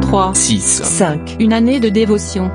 3, 6, 5. Une année de dévotion.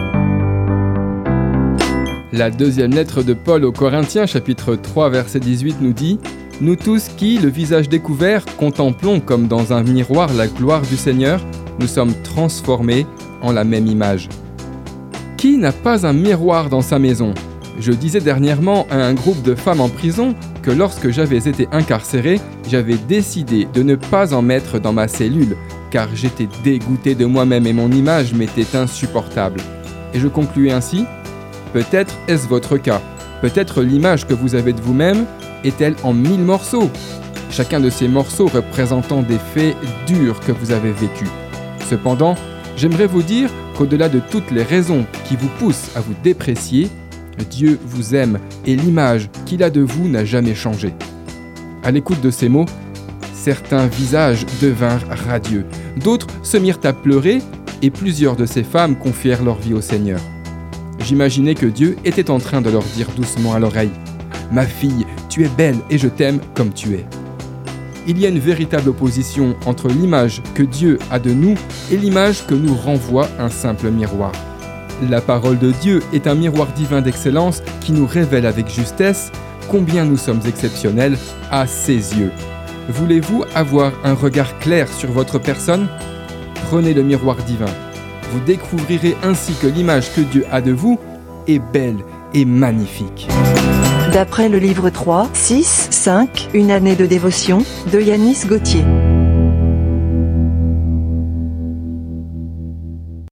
La deuxième lettre de Paul aux Corinthiens, chapitre 3, verset 18, nous dit « Nous tous qui, le visage découvert, contemplons comme dans un miroir la gloire du Seigneur, nous sommes transformés en la même image. » Qui n'a pas un miroir dans sa maison ? Je disais dernièrement à un groupe de femmes en prison que lorsque j'avais été incarcéré, j'avais décidé de ne pas en mettre dans ma cellule, car j'étais dégoûté de moi-même et mon image m'était insupportable. Et je concluais ainsi : peut-être est-ce votre cas. Peut-être l'image que vous avez de vous-même est-elle en 1000 morceaux. Chacun de ces morceaux représentant des faits durs que vous avez vécus. Cependant, j'aimerais vous dire qu'au-delà de toutes les raisons qui vous poussent à vous déprécier, Dieu vous aime et l'image qu'il a de vous n'a jamais changé. À l'écoute de ces mots, certains visages devinrent radieux, d'autres se mirent à pleurer et plusieurs de ces femmes confièrent leur vie au Seigneur. J'imaginais que Dieu était en train de leur dire doucement à l'oreille : « Ma fille, tu es belle et je t'aime comme tu es. » Il y a une véritable opposition entre l'image que Dieu a de nous et l'image que nous renvoie un simple miroir. La parole de Dieu est un miroir divin d'excellence qui nous révèle avec justesse combien nous sommes exceptionnels à ses yeux. Voulez-vous avoir un regard clair sur votre personne ? Prenez le miroir divin. Vous découvrirez ainsi que l'image que Dieu a de vous est belle et magnifique. D'après le livre 3, 6, 5, Une année de dévotion, de Yanis Gauthier.